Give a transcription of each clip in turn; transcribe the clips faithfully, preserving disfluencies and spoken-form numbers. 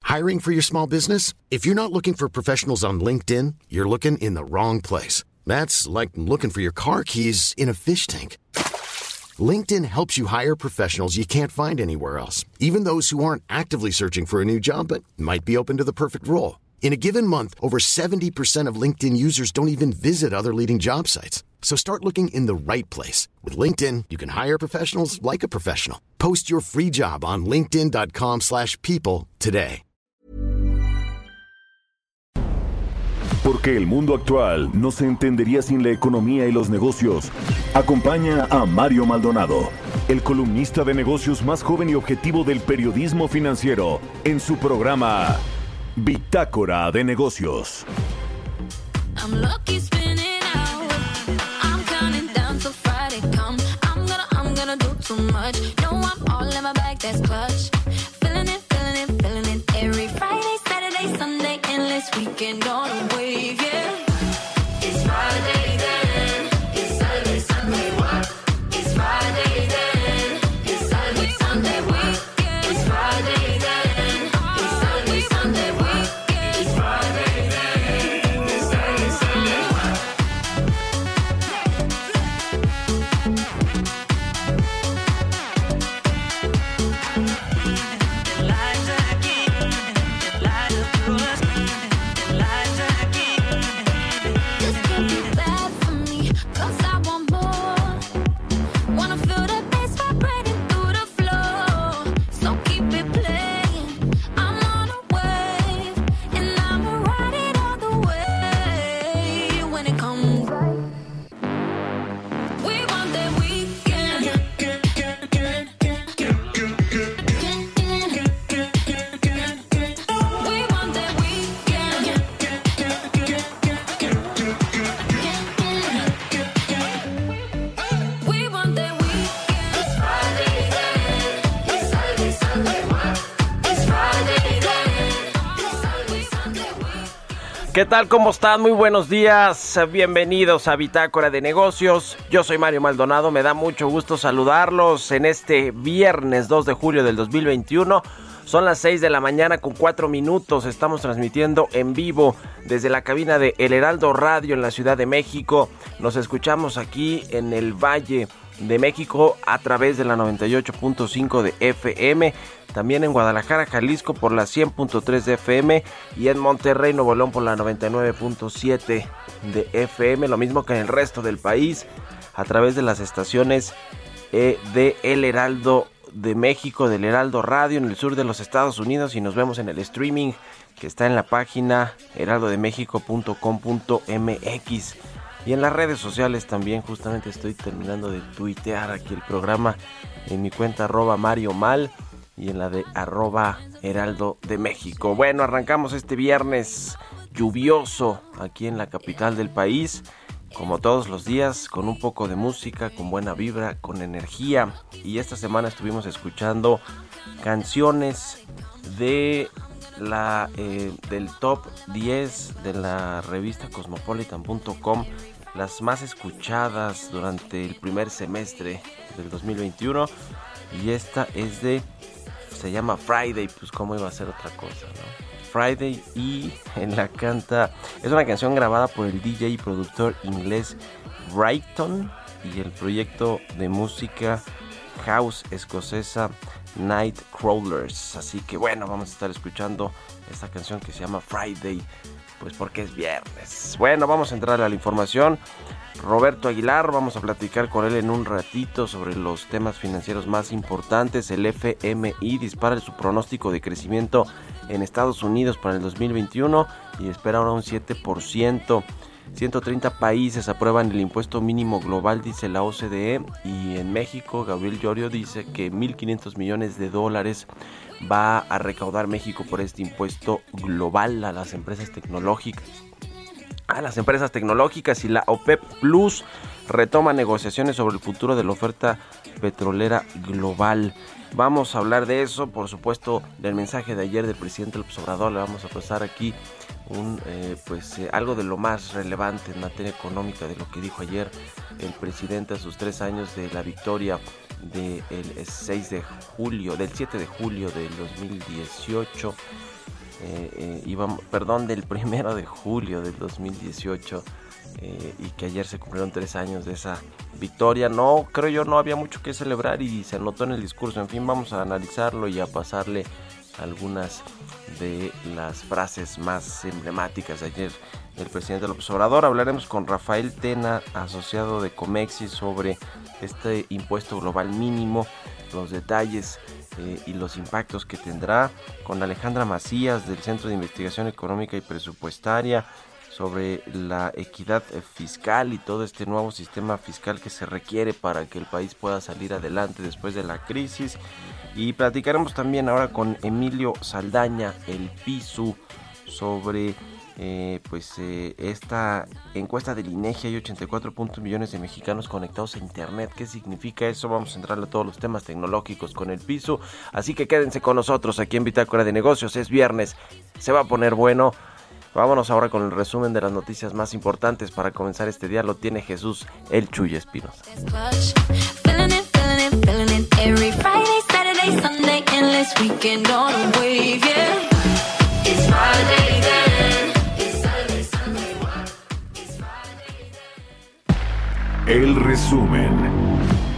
Hiring for your small business? If you're not looking for professionals on LinkedIn, you're looking in the wrong place. That's like looking for your car keys in a fish tank. LinkedIn helps you hire professionals you can't find anywhere else, even those who aren't actively searching for a new job but might be open to the perfect role. In a given month, over seventy percent of LinkedIn users don't even visit other leading job sites. So start looking in the right place. With LinkedIn, you can hire professionals like a professional. Post your free job on linkedin dot com slash people today. Porque el mundo actual no se entendería sin la economía y los negocios. Acompaña a Mario Maldonado, el columnista de negocios más joven y objetivo del periodismo financiero, en su programa Bitácora de Negocios. I'm lucky spinning out. I'm counting down till Friday come. I'm gonna, I'm gonna do too much. No, I'm all in my bag, that's clutch. Feeling it, feeling it, feeling it. Every Friday, Saturday, Sunday, endless weekend on a wave, yeah. It's Friday then. It's Saturday, Sunday, what? It's Friday then. It's Saturday, Sunday, what? It's Friday then. It's Saturday, Sunday, what? It's Friday then. It's Saturday, Sunday, what? This could be bad for me, 'cause I want more. Wanna feel the bass vibrating through the floor. So keep it playing. I'm on a wave, and I'ma ride it all the way. When it comes right, we want that weekend. We want that weekend. We want that weekend. It's Friday then. It's Saturday, Sunday, what? It's Friday then. It's Saturday, Sunday, what? ¿Qué tal? ¿Cómo están? Muy buenos días. Bienvenidos a Bitácora de Negocios. Yo soy Mario Maldonado. Me da mucho gusto saludarlos en este viernes dos de julio del dos mil veintiuno. Son las seis de la mañana con cuatro minutos. Estamos transmitiendo en vivo desde la cabina de El Heraldo Radio en la Ciudad de México. Nos escuchamos aquí en el Valle de México a través de la noventa y ocho punto cinco de F M. También en Guadalajara, Jalisco por la cien punto tres de F M. Y en Monterrey, Nuevo León por la noventa y nueve punto siete de F M. Lo mismo que en el resto del país a través de las estaciones eh, de El Heraldo de México, del Heraldo Radio en el sur de los Estados Unidos, y nos vemos en el streaming que está en la página heraldo de méxico punto com punto m x, y en las redes sociales también. Justamente estoy terminando de tuitear aquí el programa en mi cuenta arroba Mario Mal y en la de arroba Heraldo de México. Bueno, arrancamos este viernes lluvioso aquí en la capital del país, como todos los días, con un poco de música, con buena vibra, con energía. Y esta semana estuvimos escuchando canciones de la eh, del top diez de la revista cosmopolitan punto com, las más escuchadas durante el primer semestre del dos mil veintiuno. Y esta es de, se llama Friday, pues cómo iba a ser otra cosa, ¿no? Friday, y en la canta, es una canción grabada por el D J y productor inglés Brighton y el proyecto de música house escocesa Nightcrawlers. Así que bueno, vamos a estar escuchando esta canción que se llama Friday, pues porque es viernes. Bueno, vamos a entrar a la información. Roberto Aguilar, vamos a platicar con él en un ratito sobre los temas financieros más importantes. El F M I dispara su pronóstico de crecimiento en Estados Unidos para el dos mil veintiuno y espera ahora un siete por ciento. ciento treinta países aprueban el impuesto mínimo global, dice la O C D E, y en México Gabriel Llorio dice que mil quinientos millones de dólares va a recaudar México por este impuesto global a las empresas tecnológicas. A las empresas tecnológicas y la OPEP Plus retoma negociaciones sobre el futuro de la oferta petrolera global. Vamos a hablar de eso, por supuesto, del mensaje de ayer del presidente López Obrador. Le vamos a pasar aquí un eh, pues eh, algo de lo más relevante en materia económica de lo que dijo ayer el presidente a sus tres años de la victoria del seis de julio, del siete de julio del dos mil dieciocho. eh, eh, íbamos, perdón, del primero de julio del dos mil dieciocho, eh, y que ayer se cumplieron tres años de esa victoria. No, creo yo, no había mucho que celebrar y se notó en el discurso. En fin, vamos a analizarlo y a pasarle algunas de las frases más emblemáticas de ayer del presidente López Obrador. Hablaremos con Rafael Tena, asociado de Comexi, sobre este impuesto global mínimo, los detalles eh, y los impactos que tendrá, con Alejandra Macías del Centro de Investigación Económica y Presupuestaria, sobre la equidad fiscal y todo este nuevo sistema fiscal que se requiere para que el país pueda salir adelante después de la crisis. Y platicaremos también ahora con Emilio Saldaña, el Pisu, sobre eh, pues eh, esta encuesta del INEGI. Hay ochenta y cuatro punto uno millones de mexicanos conectados a internet. ¿Qué significa eso? Vamos a entrarle a todos los temas tecnológicos con el Pisu, así que quédense con nosotros aquí en Bitácora de Negocios. Es viernes, se va a poner bueno. Vámonos ahora con el resumen de las noticias más importantes. Para comenzar este día lo tiene Jesús El Chuy Espinosa. El resumen.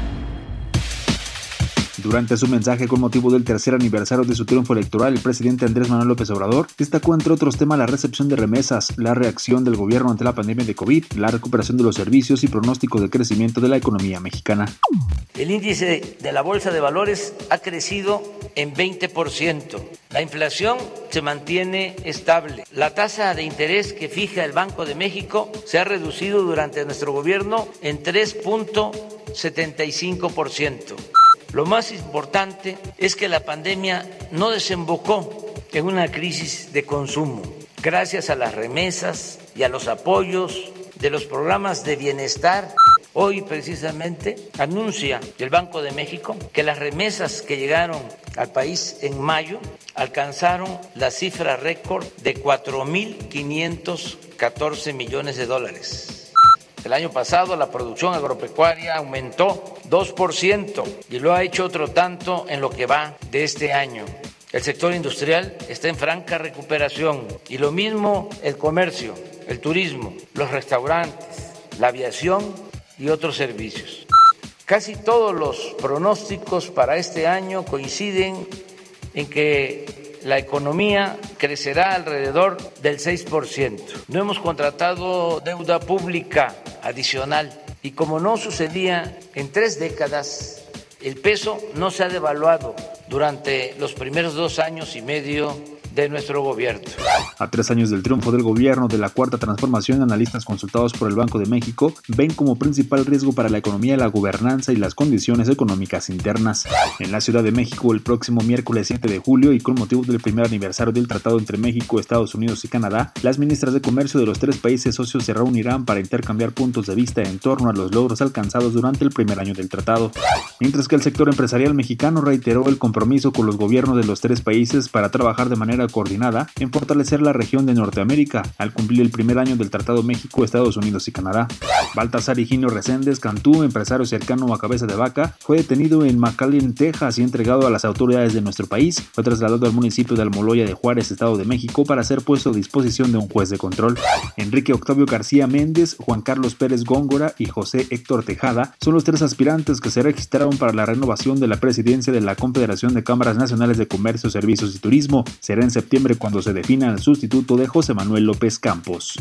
Durante su mensaje con motivo del tercer aniversario de su triunfo electoral, el presidente Andrés Manuel López Obrador destacó, entre otros temas, la recepción de remesas, la reacción del gobierno ante la pandemia de COVID, la recuperación de los servicios y pronóstico de crecimiento de la economía mexicana. El índice de la Bolsa de Valores ha crecido en veinte por ciento. La inflación se mantiene estable. La tasa de interés que fija el Banco de México se ha reducido durante nuestro gobierno en tres punto setenta y cinco por ciento. Lo más importante es que la pandemia no desembocó en una crisis de consumo. Gracias a las remesas y a los apoyos de los programas de bienestar, hoy precisamente anuncia el Banco de México que las remesas que llegaron al país en mayo alcanzaron la cifra récord de cuatro mil quinientos catorce millones de dólares. El año pasado la producción agropecuaria aumentó dos por ciento y lo ha hecho otro tanto en lo que va de este año. El sector industrial está en franca recuperación y lo mismo el comercio, el turismo, los restaurantes, la aviación y otros servicios. Casi todos los pronósticos para este año coinciden en que la economía crecerá alrededor del seis por ciento. No hemos contratado deuda pública adicional y, como no sucedía en tres décadas, el peso no se ha devaluado durante los primeros dos años y medio de nuestro gobierno. A tres años del triunfo del gobierno de la Cuarta Transformación, analistas consultados por el Banco de México ven como principal riesgo para la economía la gobernanza y las condiciones económicas internas. En la Ciudad de México, el próximo miércoles siete de julio, y con motivo del primer aniversario del Tratado entre México, Estados Unidos y Canadá, las ministras de Comercio de los tres países socios se reunirán para intercambiar puntos de vista en torno a los logros alcanzados durante el primer año del tratado. Mientras que el sector empresarial mexicano reiteró el compromiso con los gobiernos de los tres países para trabajar de manera coordinada en fortalecer la región de Norteamérica al cumplir el primer año del Tratado México, Estados Unidos y Canadá. Baltasar Higinio Reséndez Cantú, empresario cercano a Cabeza de Vaca, fue detenido en McAllen, Texas, y entregado a las autoridades de nuestro país. Fue trasladado al municipio de Almoloya de Juárez, Estado de México, para ser puesto a disposición de un juez de control. Enrique Octavio García Méndez, Juan Carlos Pérez Góngora y José Héctor Tejada son los tres aspirantes que se registraron para la renovación de la presidencia de la Confederación de Cámaras Nacionales de Comercio, Servicios y Turismo. Será en septiembre cuando se defina el sustituto de José Manuel López Campos.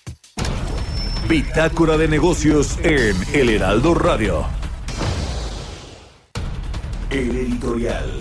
Bitácora de Negocios en El Heraldo Radio. El editorial.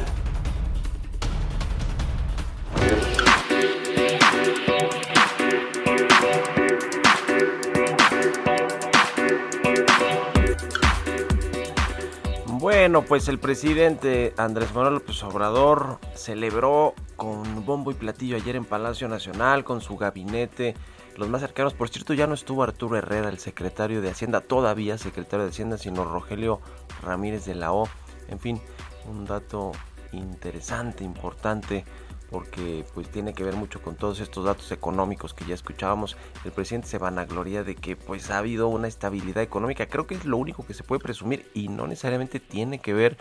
Bueno, pues el presidente Andrés Manuel López Obrador celebró con bombo y platillo ayer en Palacio Nacional con su gabinete, los más cercanos. Por cierto, ya no estuvo Arturo Herrera, el secretario de Hacienda, todavía secretario de Hacienda, sino Rogelio Ramírez de la O. En fin, un dato interesante, importante, porque pues tiene que ver mucho con todos estos datos económicos que ya escuchábamos. El presidente se vanagloria de que pues ha habido una estabilidad económica. Creo que es lo único que se puede presumir y no necesariamente tiene que ver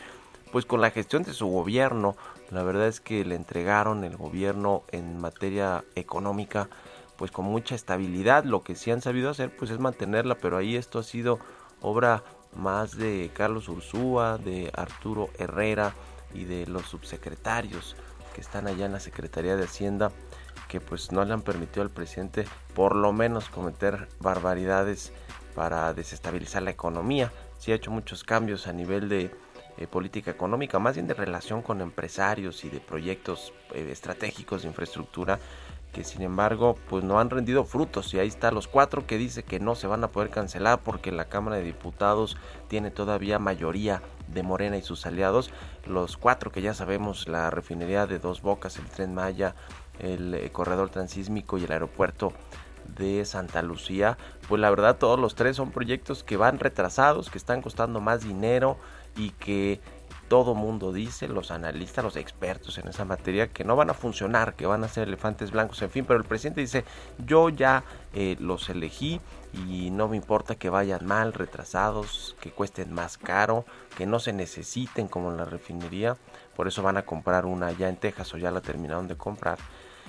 pues con la gestión de su gobierno. La verdad es que le entregaron el gobierno en materia económica pues con mucha estabilidad. Lo que sí han sabido hacer pues es mantenerla, pero ahí esto ha sido obra más de Carlos Ursúa, de Arturo Herrera y de los subsecretarios que están allá en la Secretaría de Hacienda, que pues no le han permitido al presidente por lo menos cometer barbaridades para desestabilizar la economía. Sí ha hecho muchos cambios a nivel de eh, política económica, más bien de relación con empresarios y de proyectos eh, estratégicos de infraestructura, que sin embargo pues no han rendido frutos. Y ahí está los cuatro que dice que no se van a poder cancelar porque la Cámara de Diputados tiene todavía mayoría de Morena y sus aliados. Los cuatro que ya sabemos, la refinería de Dos Bocas, el Tren Maya, el eh, corredor transísmico y el aeropuerto de Santa Lucía, pues la verdad todos los tres son proyectos que van retrasados, que están costando más dinero y que todo mundo dice, los analistas, los expertos en esa materia, que no van a funcionar, que van a ser elefantes blancos, en fin. Pero el presidente dice, yo ya eh, los elegí y no me importa que vayan mal, retrasados, que cuesten más caro, que no se necesiten como en la refinería. Por eso van a comprar una ya en Texas, o ya la terminaron de comprar.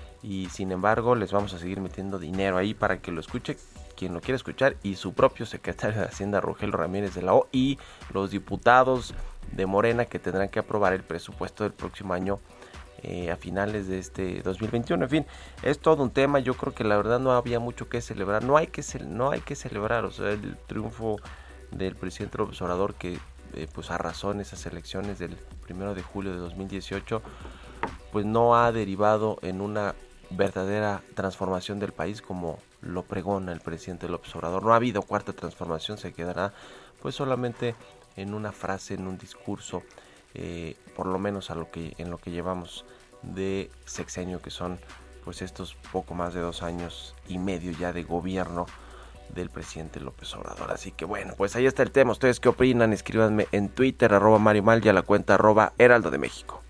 Y sin embargo les vamos a seguir metiendo dinero ahí para que lo escuche quien lo quiera escuchar, y su propio secretario de Hacienda, Rogelio Ramírez de la O, y los diputados de Morena, que tendrán que aprobar el presupuesto del próximo año eh, a finales de este dos mil veintiuno. En fin, es todo un tema. Yo creo que la verdad no había mucho que celebrar. No hay que ce- no hay que celebrar, o sea, el triunfo del presidente López Obrador, que eh, pues arrasó en esas elecciones del primero de julio de dos mil dieciocho, pues no ha derivado en una verdadera transformación del país como lo pregona el presidente López Obrador. No ha habido cuarta transformación, se quedará pues solamente en una frase, en un discurso, eh, por lo menos a lo que en lo que llevamos de sexenio, que son pues estos poco más de dos años y medio ya de gobierno del presidente López Obrador. Así que bueno, pues ahí está el tema. ¿Ustedes qué opinan? Escríbanme en Twitter, arroba Mario Mal, y a la cuenta arroba Heraldo de México.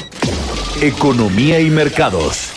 Economía y mercados.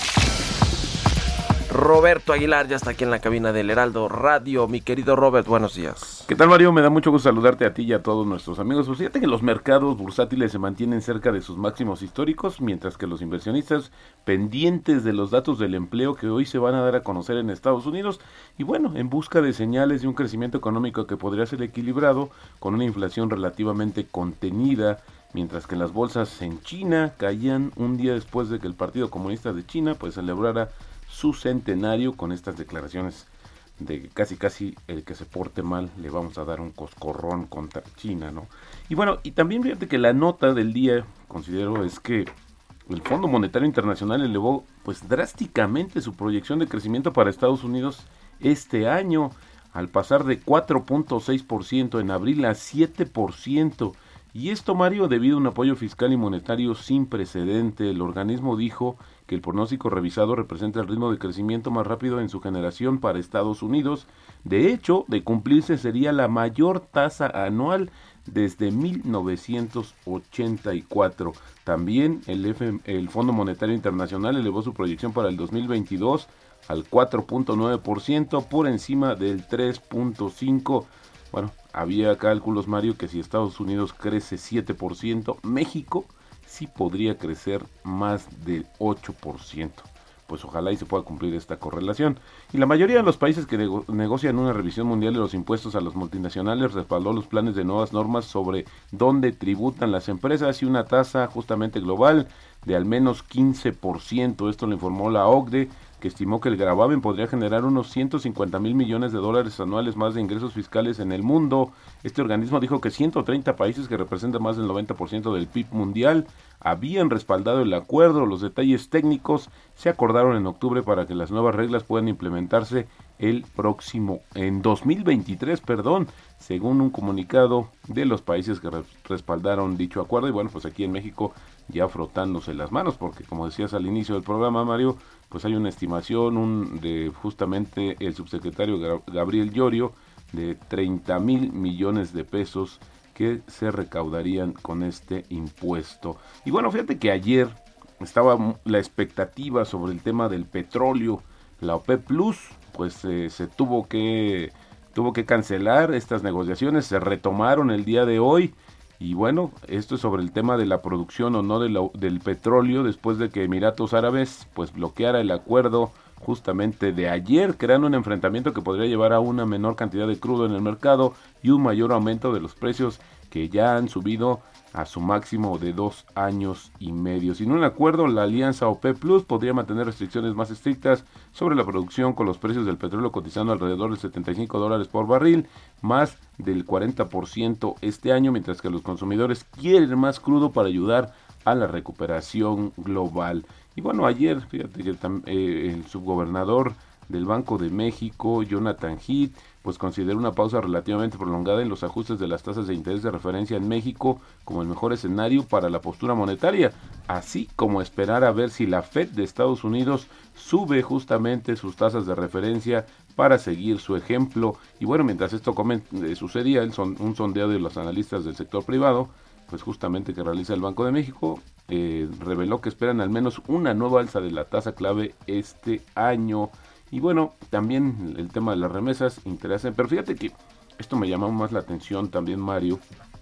Roberto Aguilar ya está aquí en la cabina del Heraldo Radio. Mi querido Robert, buenos días. ¿Qué tal, Mario? Me da mucho gusto saludarte a ti y a todos nuestros amigos. Pues fíjate que los mercados bursátiles se mantienen cerca de sus máximos históricos, mientras que los inversionistas pendientes de los datos del empleo que hoy se van a dar a conocer en Estados Unidos, y bueno, en busca de señales de un crecimiento económico que podría ser equilibrado, con una inflación relativamente contenida, mientras que las bolsas en China caían un día después de que el Partido Comunista de China pues celebrara su centenario, con estas declaraciones de que casi casi el que se porte mal le vamos a dar un coscorrón contra China, ¿no? Y bueno, y también fíjate que la nota del día, considero, es que el Fondo Monetario Internacional elevó pues drásticamente su proyección de crecimiento para Estados Unidos este año, al pasar de cuatro punto seis por ciento en abril a siete por ciento. Y esto, Mario, debido a un apoyo fiscal y monetario sin precedente. El organismo dijo que el pronóstico revisado representa el ritmo de crecimiento más rápido en su generación para Estados Unidos. De hecho, de cumplirse, sería la mayor tasa anual desde mil novecientos ochenta y cuatro. También el, F, el Fondo Monetario Internacional elevó su proyección para el dos mil veintidós al cuatro punto nueve por ciento, por encima del tres punto cinco por ciento. Bueno, había cálculos, Mario, que si Estados Unidos crece siete por ciento, México sí podría crecer más del ocho por ciento. Pues ojalá y se pueda cumplir esta correlación. Y la mayoría de los países que nego- negocian una revisión mundial de los impuestos a los multinacionales respaldó los planes de nuevas normas sobre dónde tributan las empresas y una tasa justamente global de al menos quince por ciento. Esto lo informó la O C D E, que estimó que el gravamen podría generar unos ciento cincuenta mil millones de dólares anuales más de ingresos fiscales en el mundo. Este organismo dijo que ciento treinta países, que representan más del noventa por ciento del P I B mundial, habían respaldado el acuerdo. Los detalles técnicos se acordaron en octubre para que las nuevas reglas puedan implementarse el próximo, en dos mil veintitrés, perdón, según un comunicado de los países que re- respaldaron dicho acuerdo. Y bueno, pues aquí en México ya frotándose las manos, porque como decías al inicio del programa, Mario, pues hay una estimación un, de justamente el subsecretario Gabriel Llorio de treinta mil millones de pesos que se recaudarían con este impuesto. Y bueno, fíjate que ayer estaba la expectativa sobre el tema del petróleo. La OPEP Plus pues eh, se tuvo que tuvo que cancelar estas negociaciones, se retomaron el día de hoy, Y bueno, esto es sobre el tema de la producción o no de la, del petróleo, después de que Emiratos Árabes pues bloqueara el acuerdo justamente de ayer, creando un enfrentamiento que podría llevar a una menor cantidad de crudo en el mercado y un mayor aumento de los precios que ya han subido a su máximo de dos años y medio. Sin un acuerdo, la alianza OPEP Plus podría mantener restricciones más estrictas sobre la producción, con los precios del petróleo cotizando alrededor de setenta y cinco dólares por barril, más del cuarenta por ciento este año, mientras que los consumidores quieren más crudo para ayudar a la recuperación global. Y bueno, ayer, fíjate que eh, el subgobernador del Banco de México, Jonathan Heath, pues consideró una pausa relativamente prolongada en los ajustes de las tasas de interés de referencia en México como el mejor escenario para la postura monetaria, así como esperar a ver si la Fed de Estados Unidos sube justamente sus tasas de referencia para seguir su ejemplo. Y bueno, mientras esto comen, eh, sucedía, el son, un sondeo de los analistas del sector privado, pues justamente que realiza el Banco de México, eh, reveló que esperan al menos una nueva alza de la tasa clave este año. Y bueno, también el tema de las remesas interesa, pero fíjate que esto me llamó más la atención también, Mario.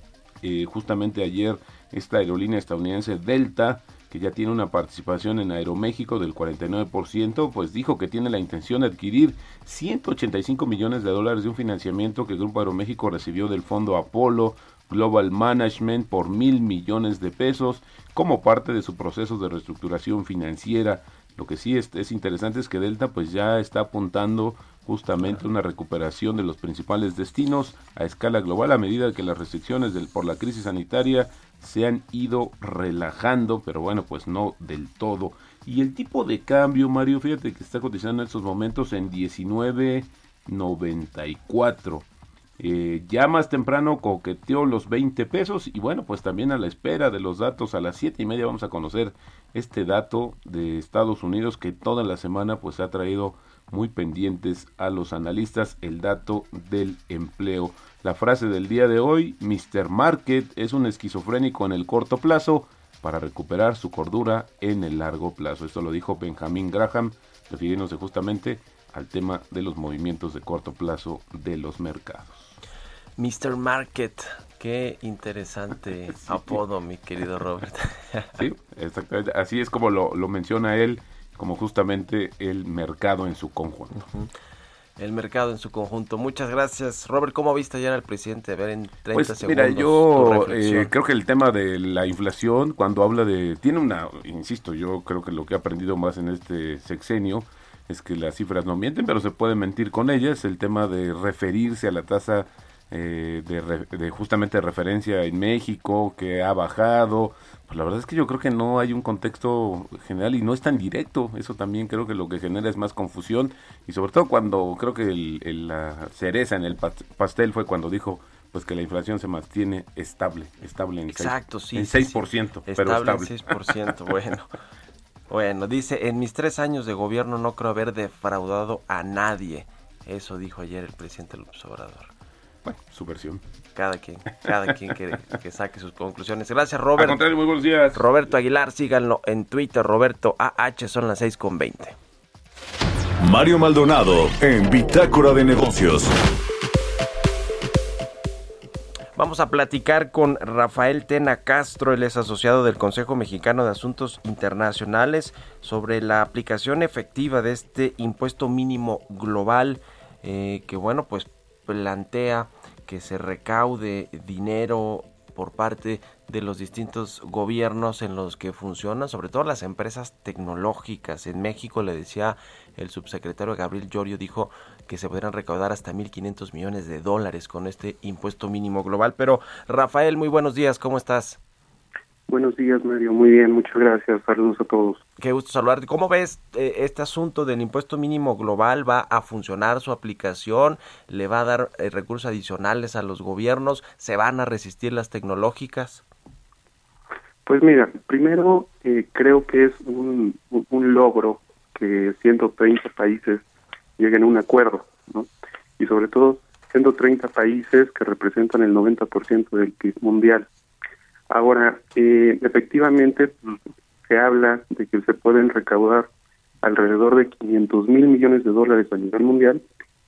Eh, justamente ayer esta aerolínea estadounidense Delta, que ya tiene una participación en Aeroméxico del cuarenta y nueve por ciento, pues dijo que tiene la intención de adquirir ciento ochenta y cinco millones de dólares de un financiamiento que el Grupo Aeroméxico recibió del fondo Apollo Global Management por mil millones de pesos como parte de su proceso de reestructuración financiera. Lo que sí es, es interesante es que Delta pues ya está apuntando justamente una recuperación de los principales destinos a escala global a medida que las restricciones del, por la crisis sanitaria se han ido relajando, pero bueno, pues no del todo. Y el tipo de cambio, Mario, fíjate que está cotizando en estos momentos en diecinueve noventa y cuatro. Eh, ya más temprano coqueteó los veinte pesos y bueno, pues también a la espera de los datos a las siete y media vamos a conocer este dato de Estados Unidos que toda la semana pues ha traído muy pendientes a los analistas, el dato del empleo. La frase del día de hoy: mister Market es un esquizofrénico en el corto plazo para recuperar su cordura en el largo plazo. Esto lo dijo Benjamin Graham, refiriéndose justamente al tema de los movimientos de corto plazo de los mercados. mister Market, qué interesante sí. apodo, mi querido Robert. Sí, exactamente, así es como lo, lo menciona él, como justamente el mercado en su conjunto. Uh-huh. El mercado en su conjunto. Muchas gracias, Robert. ¿Cómo viste ayer al presidente? A ver, en treinta pues, segundos. Mira, yo eh, creo que el tema de la inflación, cuando habla de... Tiene una, insisto, yo creo que lo que he aprendido más en este sexenio es que las cifras no mienten, pero se puede mentir con ellas. El tema de referirse a la tasa eh, de, re, de justamente referencia en México, que ha bajado. Pues la verdad es que yo creo que no hay un contexto general y no es tan directo. Eso también creo que lo que genera es más confusión. Y sobre todo cuando creo que el, el, la cereza en el pastel fue cuando dijo pues que la inflación se mantiene estable, estable en, Exacto, seis, sí, en sí, seis por ciento, sí. pero estable. estable. En seis por ciento, bueno. Bueno, dice, en mis tres años de gobierno no creo haber defraudado a nadie. Eso dijo ayer el presidente López Obrador. Bueno, su versión. Cada quien, cada quien que, que saque sus conclusiones. Gracias, Robert. Al contrario, muy buenos días. Roberto Aguilar, síganlo en Twitter, Roberto A H, son las seis con veinte. Mario Maldonado en Bitácora de Negocios. Vamos a platicar con Rafael Tena Castro, él es asociado del Consejo Mexicano de Asuntos Internacionales, sobre la aplicación efectiva de este impuesto mínimo global, eh, que bueno, pues plantea que se recaude dinero por parte de los distintos gobiernos en los que funcionan, sobre todo las empresas tecnológicas. En México, le decía el subsecretario Gabriel Llorio, dijo que se podrían recaudar hasta mil quinientos millones de dólares con este impuesto mínimo global. Pero Rafael, muy buenos días, ¿cómo estás? Buenos días, Mario, muy bien, muchas gracias, saludos a todos. Qué gusto saludarte. ¿Cómo ves eh, este asunto del impuesto mínimo global? ¿Va a funcionar su aplicación? ¿Le va a dar eh, recursos adicionales a los gobiernos? ¿Se van a resistir las tecnológicas? Pues mira, primero eh, creo que es un, un, un logro que ciento treinta países lleguen a un acuerdo, ¿no? Y sobre todo ciento treinta países que representan el noventa por ciento del P I B mundial. Ahora, eh, efectivamente, se habla de que se pueden recaudar alrededor de quinientos mil millones de dólares a nivel mundial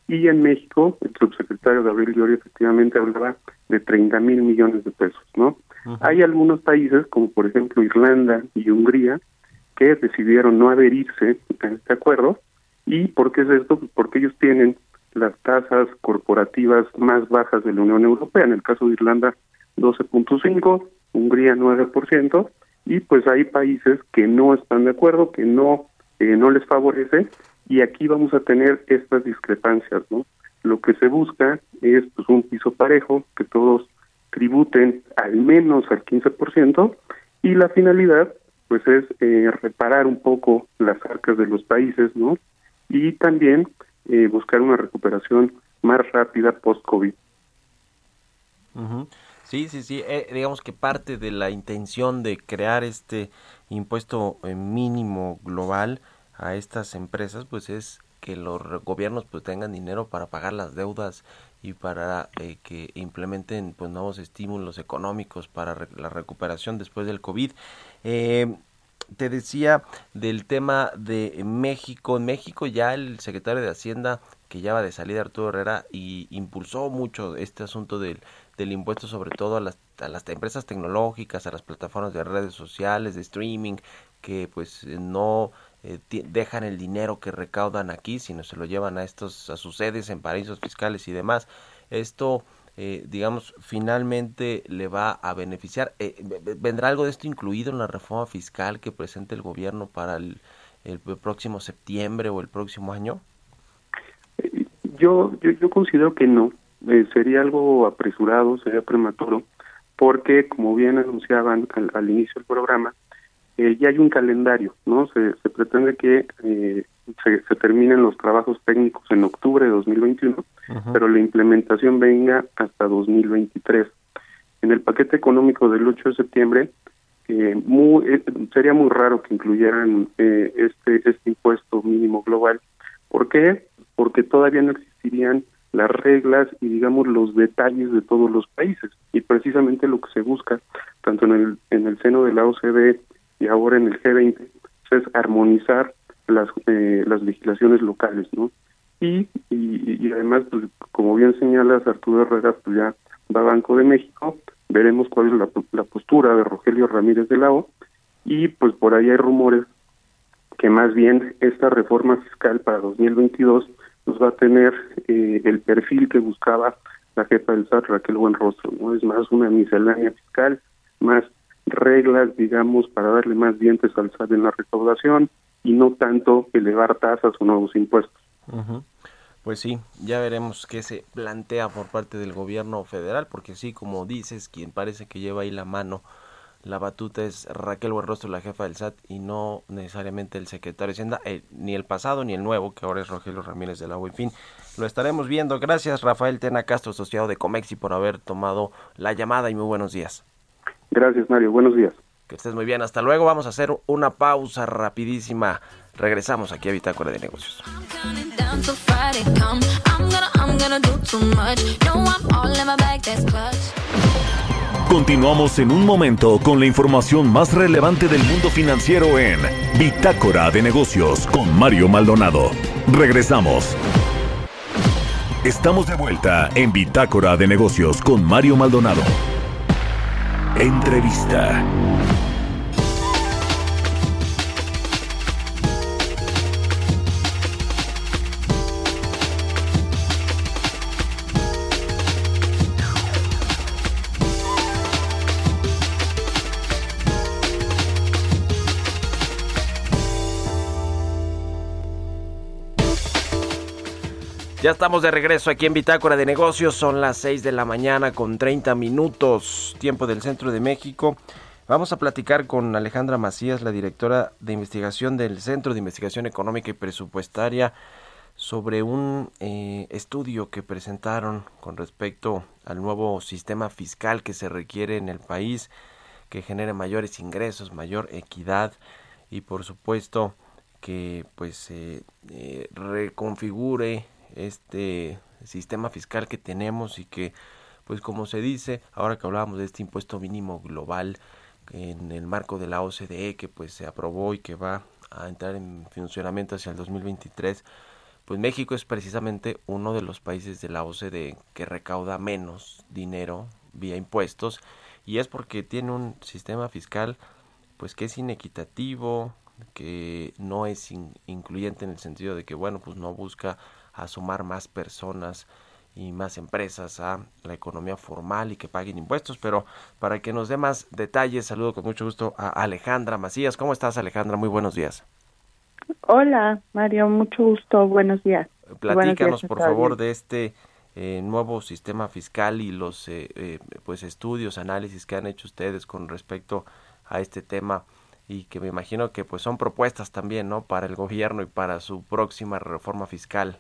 Y en México, el subsecretario Gabriel Llorio efectivamente hablaba de treinta mil millones de pesos, ¿no? Uh-huh. Hay algunos países, como por ejemplo Irlanda y Hungría, que decidieron no adherirse a este acuerdo. ¿Y por qué es esto? Pues porque ellos tienen las tasas corporativas más bajas de la Unión Europea. En el caso de Irlanda, doce punto cinco, Hungría nueve por ciento, y pues hay países que no están de acuerdo, que no, eh, no les favorece, y aquí vamos a tener estas discrepancias, ¿no? Lo que se busca es pues un piso parejo, que todos tributen al menos al quince por ciento, y la finalidad pues es eh, reparar un poco las arcas de los países, ¿no? Y también eh, buscar una recuperación más rápida post-COVID. Uh-huh. Sí, sí, sí, eh, digamos que parte de la intención de crear este impuesto eh, mínimo global a estas empresas, pues es que los gobiernos pues tengan dinero para pagar las deudas y para eh, que implementen pues nuevos estímulos económicos para re- la recuperación después del COVID. Eh, te decía del tema de México. En México ya el secretario de Hacienda, que ya va de salida, Arturo Herrera, y impulsó mucho este asunto del, del impuesto, sobre todo a las, a las empresas tecnológicas, a las plataformas de redes sociales, de streaming, que pues no eh, t- dejan el dinero que recaudan aquí, sino se lo llevan a estos a sus sedes en paraísos fiscales y demás. Esto Eh, digamos, finalmente le va a beneficiar. Eh, ¿Vendrá algo de esto incluido en la reforma fiscal que presente el gobierno para el, el próximo septiembre o el próximo año? Yo yo, yo considero que no. Eh, sería algo apresurado, sería prematuro, porque como bien anunciaban al, al inicio del programa, eh, ya hay un calendario, ¿no? Se, se pretende que eh, se, se terminen los trabajos técnicos en octubre de dos mil veintiuno, uh-huh. pero la implementación venga hasta dos mil veintitrés. En el paquete económico del ocho de septiembre, eh, muy, eh, sería muy raro que incluyeran eh, este, este impuesto mínimo global. ¿Por qué? Porque todavía no existirían las reglas y, digamos, los detalles de todos los países. Y precisamente lo que se busca, tanto en el, en el seno de la O C D E y ahora en el G veinte, es armonizar las eh, las legislaciones locales, ¿no? Y, y, y además, pues, como bien señalas, Arturo Herrera pues ya va a Banco de México, veremos cuál es la, la postura de Rogelio Ramírez de la O, y pues por ahí hay rumores que más bien esta reforma fiscal para dos mil veintidós nos va a tener eh, el perfil que buscaba la jefa del S A T, Raquel Buenrostro, ¿no? Es más una miscelánea fiscal, más reglas, digamos, para darle más dientes al S A T en la recaudación y no tanto elevar tasas o nuevos impuestos. Uh-huh. Pues sí, ya veremos qué se plantea por parte del gobierno federal, porque sí, como dices, quien parece que lleva ahí la mano, la batuta es Raquel Buenrostro, la jefa del S A T, y no necesariamente el secretario de Hacienda, eh, ni el pasado ni el nuevo, que ahora es Rogelio Ramírez de la O. En fin, lo estaremos viendo. Gracias, Rafael Tena Castro, asociado de Comexi, por haber tomado la llamada, y muy buenos días. Gracias, Mario. Buenos días. Que estés muy bien. Hasta luego. Vamos a hacer una pausa rapidísima. Regresamos aquí a Bitácora de Negocios. Continuamos en un momento con la información más relevante del mundo financiero en Bitácora de Negocios con Mario Maldonado. Regresamos. Estamos de vuelta en Bitácora de Negocios con Mario Maldonado. Entrevista. Ya estamos de regreso aquí en Bitácora de Negocios, son las seis de la mañana con treinta minutos, tiempo del centro de México. Vamos a platicar con Alejandra Macías, la directora de investigación del Centro de Investigación Económica y Presupuestaria, sobre un eh, estudio que presentaron con respecto al nuevo sistema fiscal que se requiere en el país, que genere mayores ingresos, mayor equidad y por supuesto que pues eh, eh, reconfigure este sistema fiscal que tenemos y que, pues como se dice, ahora que hablábamos de este impuesto mínimo global en el marco de la O C D E, que pues se aprobó y que va a entrar en funcionamiento hacia el dos mil veintitrés, pues México es precisamente uno de los países de la O C D E que recauda menos dinero vía impuestos, y es porque tiene un sistema fiscal pues que es inequitativo, que no es in- incluyente en el sentido de que, bueno, pues no busca a sumar más personas y más empresas a la economía formal y que paguen impuestos. Pero para que nos dé más detalles, saludo con mucho gusto a Alejandra Macías. ¿Cómo estás, Alejandra? Muy buenos días. Hola, Mario, mucho gusto, buenos días. Platícanos, por favor, de este eh, nuevo sistema fiscal y los eh, eh, pues estudios, análisis que han hecho ustedes con respecto a este tema, y que me imagino que pues son propuestas también, ¿no?, para el gobierno y para su próxima reforma fiscal.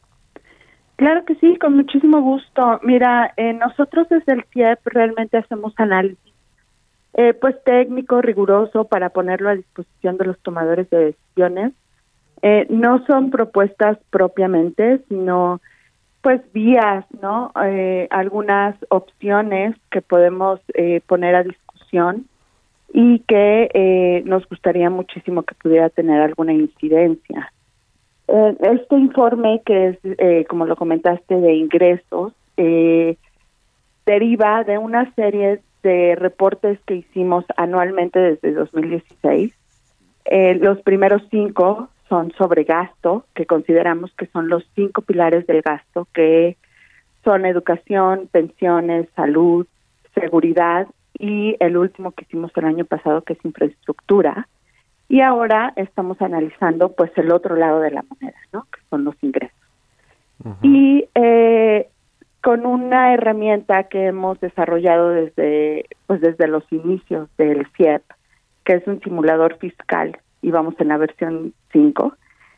Claro que sí, con muchísimo gusto. Mira, eh, nosotros desde el C I E P realmente hacemos análisis eh, pues técnico, riguroso, para ponerlo a disposición de los tomadores de decisiones. Eh, no son propuestas propiamente, sino pues vías, ¿no? Eh, algunas opciones que podemos eh, poner a discusión y que eh, nos gustaría muchísimo que pudiera tener alguna incidencia. Eh, este informe, que es, eh, como lo comentaste, de ingresos, eh, deriva de una serie de reportes que hicimos anualmente desde dos mil dieciséis. Eh, los primeros cinco son sobre gasto, que consideramos que son los cinco pilares del gasto, que son educación, pensiones, salud, seguridad, y el último que hicimos el año pasado, que es infraestructura. Y ahora estamos analizando pues el otro lado de la moneda, ¿no?, que son los ingresos. Uh-huh. Y eh, con una herramienta que hemos desarrollado desde pues desde los inicios del C I E P, que es un simulador fiscal, y vamos en la versión cinco,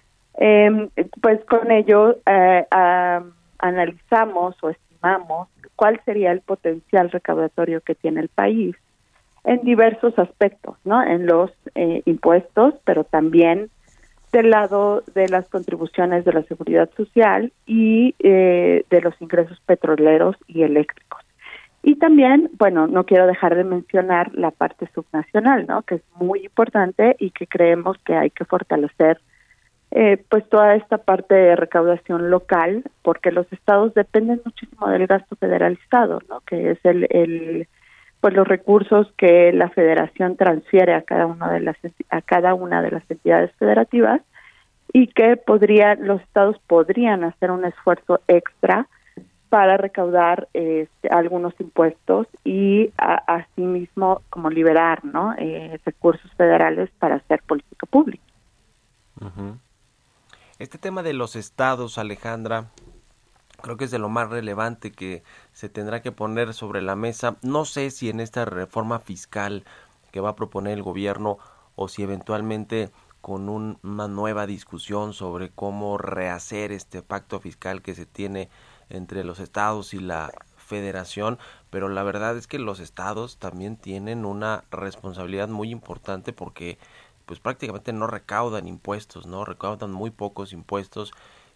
eh, pues con ello eh, uh, analizamos o estimamos cuál sería el potencial recaudatorio que tiene el país en diversos aspectos, ¿no? En los eh, impuestos, pero también del lado de las contribuciones de la seguridad social y eh, de los ingresos petroleros y eléctricos. Y también, bueno, no quiero dejar de mencionar la parte subnacional, ¿no?, que es muy importante y que creemos que hay que fortalecer eh, pues toda esta parte de recaudación local, porque los estados dependen muchísimo del gasto federalizado, ¿no?, que es el, el pues los recursos que la Federación transfiere a cada una de las a cada una de las entidades federativas, y que podría los estados podrían hacer un esfuerzo extra para recaudar eh, algunos impuestos y asimismo como liberar, ¿no?, eh, recursos federales para hacer política pública. Uh-huh. Este tema de los estados, Alejandra, creo que es de lo más relevante que se tendrá que poner sobre la mesa. No sé si en esta reforma fiscal que va a proponer el gobierno, o si eventualmente con un, una nueva discusión sobre cómo rehacer este pacto fiscal que se tiene entre los estados y la federación, pero la verdad es que los estados también tienen una responsabilidad muy importante, porque pues prácticamente no recaudan impuestos, no recaudan muy pocos impuestos,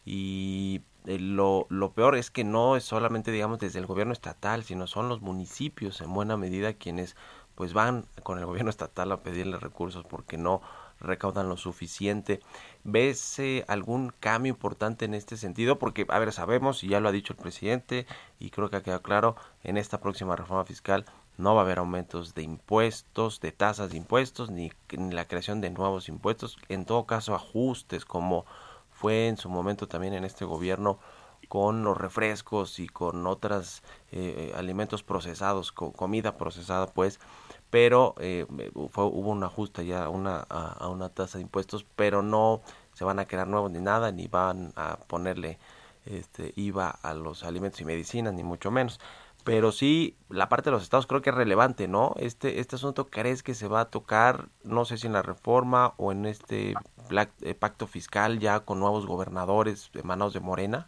y eh, lo, lo peor es que no es solamente, digamos, desde el gobierno estatal, sino son los municipios en buena medida quienes pues van con el gobierno estatal a pedirle recursos porque no recaudan lo suficiente. ¿Ves eh, algún cambio importante en este sentido? Porque, a ver, sabemos, y ya lo ha dicho el presidente, y creo que ha quedado claro, en esta próxima reforma fiscal no va a haber aumentos de impuestos, de tasas de impuestos, ni, ni la creación de nuevos impuestos, en todo caso ajustes, como fue en su momento también en este gobierno con los refrescos y con otros eh, alimentos procesados, con comida procesada, pues, pero eh, fue, hubo un ajuste ya una, a, a una tasa de impuestos, pero no se van a crear nuevos ni nada, ni van a ponerle este I V A a los alimentos y medicinas, ni mucho menos. Pero sí, la parte de los estados creo que es relevante, ¿no? Este este asunto, ¿crees que se va a tocar, no sé si en la reforma o en este black, eh, pacto fiscal ya con nuevos gobernadores emanados de Morena?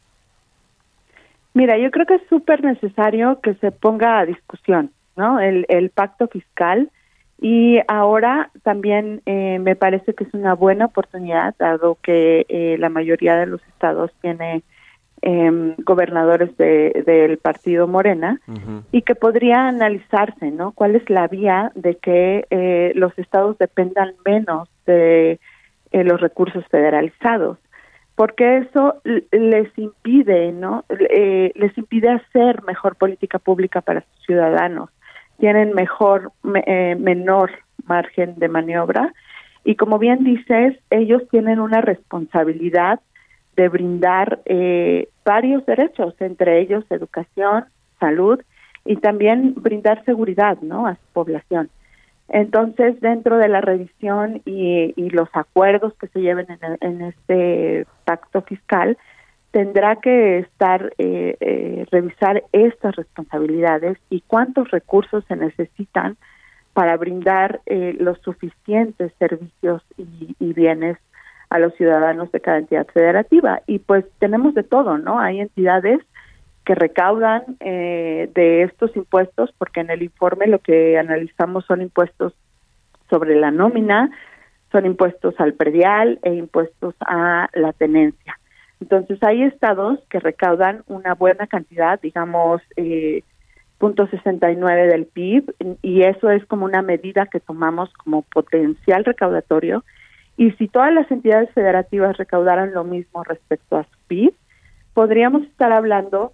Mira, yo creo que es súper necesario que se ponga a discusión, ¿no?, el, el pacto fiscal, y ahora también eh, me parece que es una buena oportunidad, dado que eh, la mayoría de los estados tiene eh, gobernadores de, del partido Morena, uh-huh. y que podría analizarse, ¿no?, cuál es la vía de que eh, los estados dependan menos de eh, los recursos federalizados. porque eso les impide, ¿no? Eh, les impide hacer mejor política pública para sus ciudadanos. Tienen mejor, me, eh, menor margen de maniobra y, como bien dices, ellos tienen una responsabilidad de brindar eh, varios derechos, entre ellos educación, salud y también brindar seguridad, ¿no?, a su población. Entonces, dentro de la revisión y, y los acuerdos que se lleven en, en este pacto fiscal, tendrá que estar, eh, eh, revisar estas responsabilidades y cuántos recursos se necesitan para brindar eh, los suficientes servicios y, y bienes a los ciudadanos de cada entidad federativa. Y pues tenemos de todo, ¿no? Hay entidades que recaudan eh, de estos impuestos, porque en el informe lo que analizamos son impuestos sobre la nómina, son impuestos al predial e impuestos a la tenencia. Entonces hay estados que recaudan una buena cantidad, digamos, eh, punto sesenta y nueve del P I B, y eso es como una medida que tomamos como potencial recaudatorio. Y si todas las entidades federativas recaudaran lo mismo respecto a su P I B, podríamos estar hablando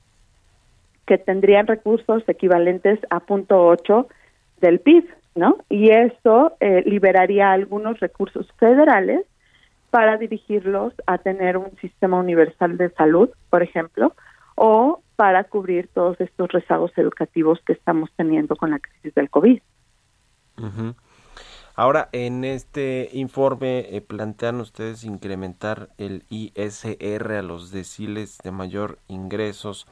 que tendrían recursos equivalentes a punto ocho del P I B, ¿no? Y eso eh, liberaría algunos recursos federales para dirigirlos a tener un sistema universal de salud, por ejemplo, o para cubrir todos estos rezagos educativos que estamos teniendo con la crisis del COVID. Uh-huh. Ahora, en este informe eh, plantean ustedes incrementar el I S R a los deciles de mayor ingresos.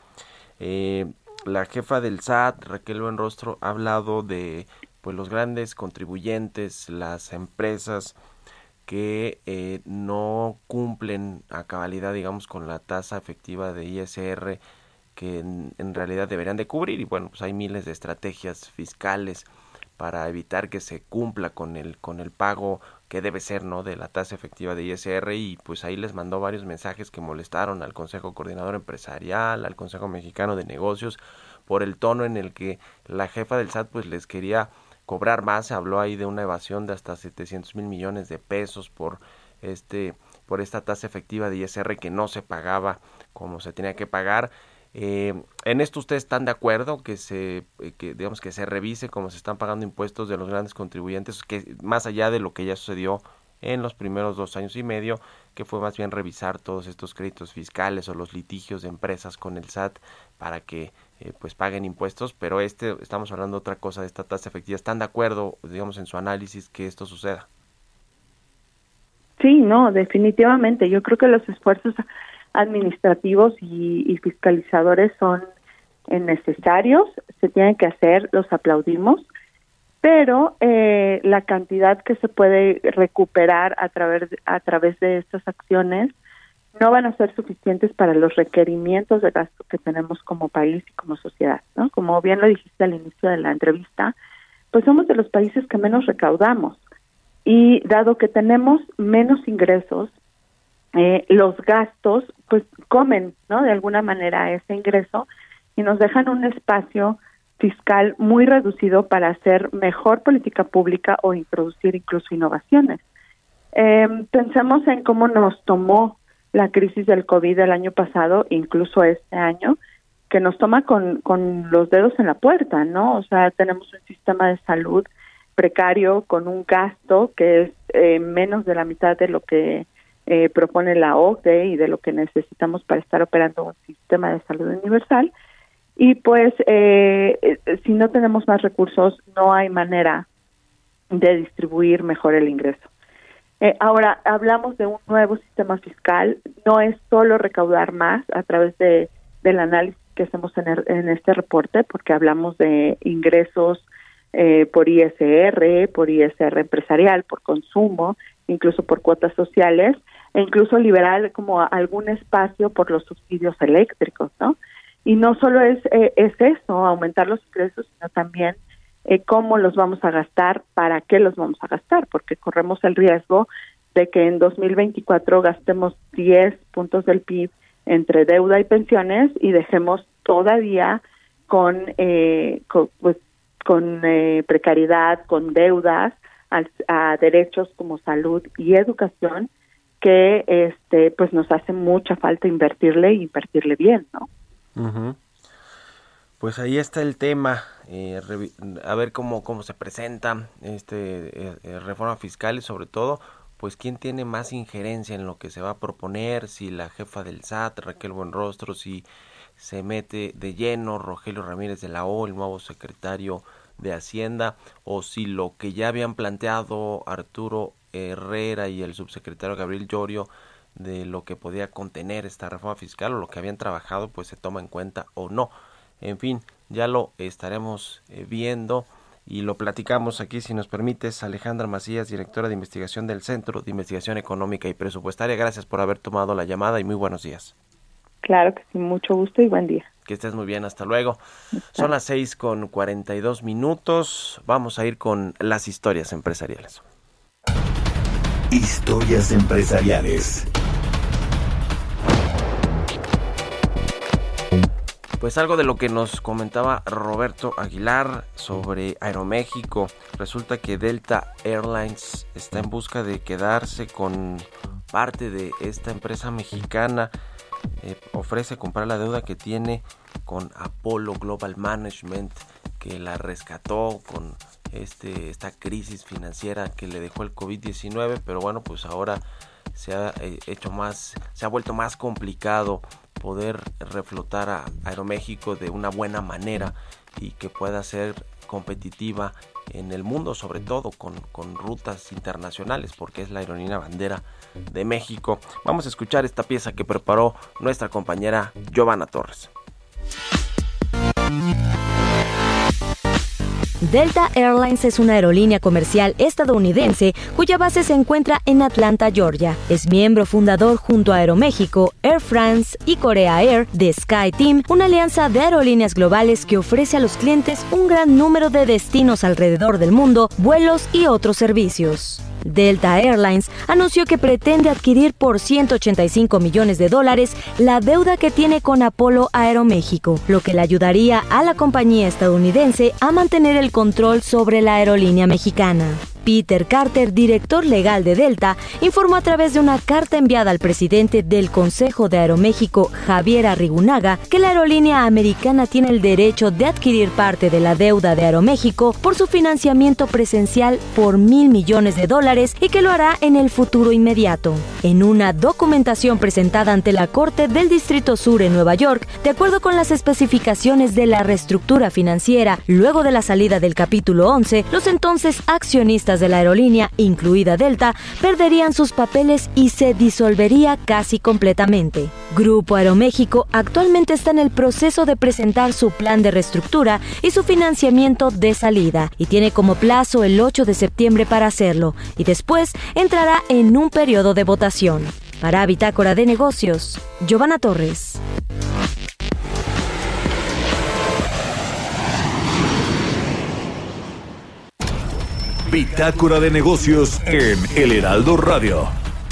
Eh, la jefa del S A T, Raquel Buenrostro, ha hablado de pues los grandes contribuyentes, las empresas que eh, no cumplen a cabalidad, digamos, con la tasa efectiva de I S R que en, en realidad deberían de cubrir. Y bueno, pues hay miles de estrategias fiscales para evitar que se cumpla con el con el pago que debe ser, ¿no?, de la tasa efectiva de I S R, y pues ahí les mandó varios mensajes que molestaron al Consejo Coordinador Empresarial, al Consejo Mexicano de Negocios, por el tono en el que la jefa del S A T pues les quería cobrar más. Se habló ahí de una evasión de hasta setecientos mil millones de pesos por este por esta tasa efectiva de I S R que no se pagaba como se tenía que pagar. Eh, en esto ustedes están de acuerdo que se que digamos que se revise cómo se están pagando impuestos de los grandes contribuyentes, que más allá de lo que ya sucedió en los primeros dos años y medio, que fue más bien revisar todos estos créditos fiscales o los litigios de empresas con el S A T para que eh, pues paguen impuestos, pero este estamos hablando de otra cosa, de esta tasa efectiva. ¿Están de acuerdo, digamos, en su análisis que esto suceda? Sí, no, definitivamente. Yo creo que los esfuerzos administrativos y, y fiscalizadores son eh, necesarios, se tienen que hacer, los aplaudimos, pero eh, la cantidad que se puede recuperar a través a través de estas acciones no van a ser suficientes para los requerimientos de gasto que tenemos como país y como sociedad, ¿no? Como bien lo dijiste al inicio de la entrevista, pues somos de los países que menos recaudamos, y dado que tenemos menos ingresos, Eh, los gastos pues comen, ¿no?, de alguna manera ese ingreso y nos dejan un espacio fiscal muy reducido para hacer mejor política pública o introducir incluso innovaciones. Eh, pensemos en cómo nos tomó la crisis del COVID el año pasado, incluso este año, que nos toma con, con los dedos en la puerta, ¿no? O sea, tenemos un sistema de salud precario con un gasto que es eh, menos de la mitad de lo que Eh, propone la O C D E y de lo que necesitamos para estar operando un sistema de salud universal. Y pues eh, eh, si no tenemos más recursos, no hay manera de distribuir mejor el ingreso. Eh, ahora, hablamos de un nuevo sistema fiscal, no es solo recaudar más a través de del análisis que hacemos en, el, en este reporte, porque hablamos de ingresos eh, por I S R, por I S R empresarial, por consumo, incluso por cuotas sociales, e incluso liberar como algún espacio por los subsidios eléctricos, ¿no? Y no solo es eh, es eso, aumentar los ingresos, sino también eh, cómo los vamos a gastar, para qué los vamos a gastar, porque corremos el riesgo de que en dos mil veinticuatro gastemos diez puntos del P I B entre deuda y pensiones y dejemos todavía con, eh, con pues con eh, precariedad, con deudas a, a derechos como salud y educación, que este pues nos hace mucha falta invertirle y invertirle bien, ¿no? Uh-huh. Pues ahí está el tema, eh, revi- a ver cómo cómo se presenta este eh, eh, reforma fiscal y sobre todo, pues quién tiene más injerencia en lo que se va a proponer, si la jefa del S A T, Raquel Buenrostro, si se mete de lleno Rogelio Ramírez de la O, el nuevo secretario de Hacienda, o si lo que ya habían planteado Arturo Herrera y el subsecretario Gabriel Llorio de lo que podía contener esta reforma fiscal o lo que habían trabajado, pues se toma en cuenta o no. En fin, ya lo estaremos eh, viendo y lo platicamos aquí, si nos permites. Alejandra Macías, directora de investigación del Centro de Investigación Económica y Presupuestaria, gracias por haber tomado la llamada y muy buenos días. Claro que sí, mucho gusto y buen día. Que estés muy bien, hasta luego. Son las seis con cuarenta y dos minutos, vamos a ir con las historias empresariales. Historias empresariales. Pues algo de lo que nos comentaba Roberto Aguilar sobre Aeroméxico. Resulta que Delta Airlines está en busca de quedarse con parte de esta empresa mexicana. Eh, ofrece comprar la deuda que tiene con Apollo Global Management, que la rescató con este esta crisis financiera que le dejó el covid diecinueve, pero bueno, pues ahora se ha eh, hecho más, se ha vuelto más complicado poder reflotar a Aeroméxico de una buena manera y que pueda ser competitiva en el mundo, sobre todo con, con rutas internacionales, porque es la aerolínea bandera de México. Vamos a escuchar esta pieza que preparó nuestra compañera Giovanna Torres. Delta Airlines es una aerolínea comercial estadounidense cuya base se encuentra en Atlanta, Georgia. Es miembro fundador junto a Aeroméxico, Air France y Korea Air de SkyTeam, una alianza de aerolíneas globales que ofrece a los clientes un gran número de destinos alrededor del mundo, vuelos y otros servicios. Delta Airlines anunció que pretende adquirir por ciento ochenta y cinco millones de dólares la deuda que tiene con Apollo Aeroméxico, lo que le ayudaría a la compañía estadounidense a mantener el control sobre la aerolínea mexicana. Peter Carter, director legal de Delta, informó a través de una carta enviada al presidente del Consejo de Aeroméxico, Javier Arrigunaga, que la aerolínea americana tiene el derecho de adquirir parte de la deuda de Aeroméxico por su financiamiento presencial por mil millones de dólares y que lo hará en el futuro inmediato. En una documentación presentada ante la Corte del Distrito Sur en Nueva York, de acuerdo con las especificaciones de la reestructura financiera, luego de la salida del capítulo once, los entonces accionistas de la aerolínea, incluida Delta, perderían sus papeles y se disolvería casi completamente. Grupo Aeroméxico actualmente está en el proceso de presentar su plan de reestructura y su financiamiento de salida, y tiene como plazo el ocho de septiembre para hacerlo, y después entrará en un periodo de votación. Para Bitácora de Negocios, Giovanna Torres. Bitácora de Negocios en El Heraldo Radio.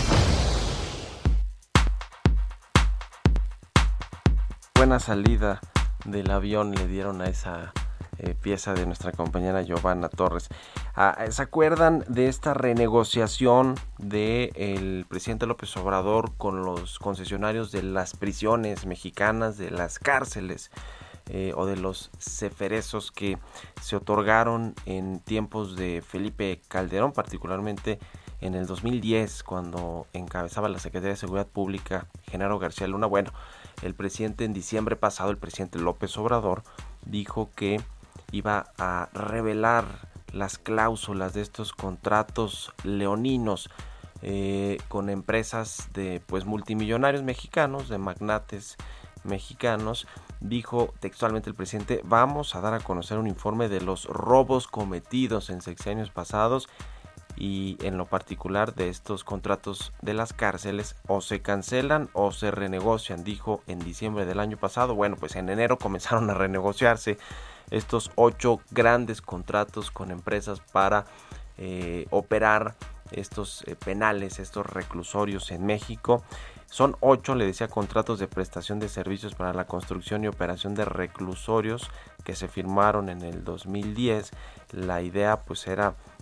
Buena salida del avión le dieron a esa eh, pieza de nuestra compañera Giovanna Torres. Ah, ¿se acuerdan de esta renegociación del presidente López Obrador con los concesionarios de las prisiones mexicanas, de las cárceles? Eh, o de los ceferezos que se otorgaron en tiempos de Felipe Calderón, particularmente en el dos mil diez, cuando encabezaba la Secretaría de Seguridad Pública Genaro García Luna. Bueno, el presidente en diciembre pasado, el presidente López Obrador, dijo que iba a revelar las cláusulas de estos contratos leoninos eh, con empresas de pues multimillonarios mexicanos, de magnates mexicanos. Dijo textualmente el presidente: vamos a dar a conocer un informe de los robos cometidos en sexenios pasados y en lo particular de estos contratos de las cárceles, o se cancelan o se renegocian, dijo en diciembre del año pasado. Bueno, pues en enero comenzaron a renegociarse estos ocho grandes contratos con empresas para eh, operar estos eh, penales, estos reclusorios en México. Son ocho, le decía, contratos de prestación de servicios para la construcción y operación de reclusorios que se firmaron en el dos mil diez. La idea pues era